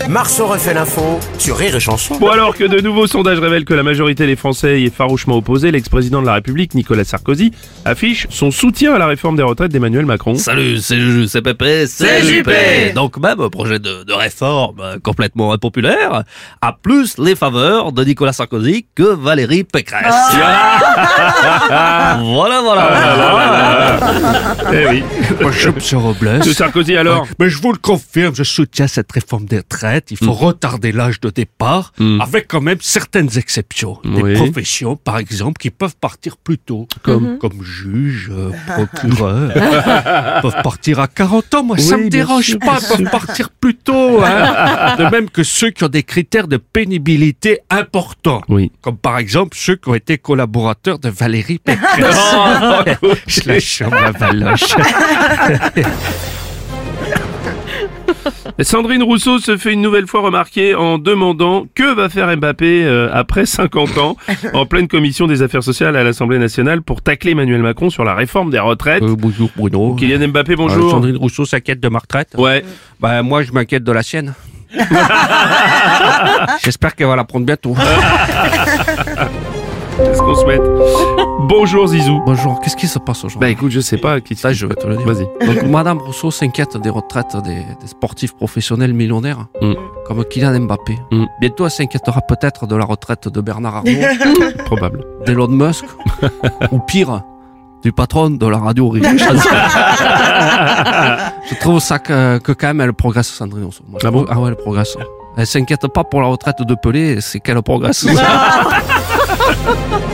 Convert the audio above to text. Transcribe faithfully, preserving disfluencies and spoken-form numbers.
Marceau refait l'info sur Rire et Chanson. Bon, alors que de nouveaux sondages révèlent que la majorité des Français y est farouchement opposée, l'ex-président de la République, Nicolas Sarkozy, affiche son soutien à la réforme des retraites d'Emmanuel Macron. Salut, c'est Juju, c'est Pépé, c'est J P. Donc même projet de, de réforme euh, complètement impopulaire, a plus les faveurs de Nicolas Sarkozy que Valérie Pécresse. Voilà, voilà. Eh oui. Bonjour, monsieur Robles. De Sarkozy alors. Ouais, mais je vous le confirme, je soutiens cette réforme des retraites. Il faut mm. retarder l'âge de départ, mm. avec quand même certaines exceptions. Des oui. professions, par exemple, qui peuvent partir plus tôt. Comme, mm-hmm. comme juge, euh, procureur. peuvent partir à quarante ans. Moi, oui, ça me dérange sûr, pas. Peuvent partir plus tôt. Hein. De même que ceux qui ont des critères de pénibilité importants. Oui. Comme par exemple ceux qui ont été collaborateurs de Valérie Pécresse. Oh, je la chambre à Valoche. Sandrine Rousseau se fait une nouvelle fois remarquer en demandant que va faire Mbappé euh, après cinquante ans en pleine commission des affaires sociales à l'Assemblée nationale pour tacler Emmanuel Macron sur la réforme des retraites. Euh, bonjour Bruno. Kylian Mbappé, bonjour. Euh, Sandrine Rousseau s'inquiète de ma retraite. Ouais. Bah moi je m'inquiète de la sienne. J'espère qu'elle va la prendre bientôt. C'est ce qu'on souhaite. Bonjour Zizou. Bonjour, qu'est-ce qui se passe aujourd'hui? Bah écoute, je sais pas. Qui Ça, je vais te le dire. Vas-y. Donc Madame Rousseau s'inquiète des retraites des, des sportifs professionnels millionnaires, mm. comme Kylian Mbappé. Mm. Bientôt, elle s'inquiétera peut-être de la retraite de Bernard Arnault. Probable. D'Elon Musk. Ou pire, du patron de la radio Rire et Chanson. Je trouve ça que, que quand même elle progresse, Sandrine Rousseau. Moi, ah bon? Ah ouais, elle progresse. Elle s'inquiète pas pour la retraite de Pelé, c'est qu'elle progresse.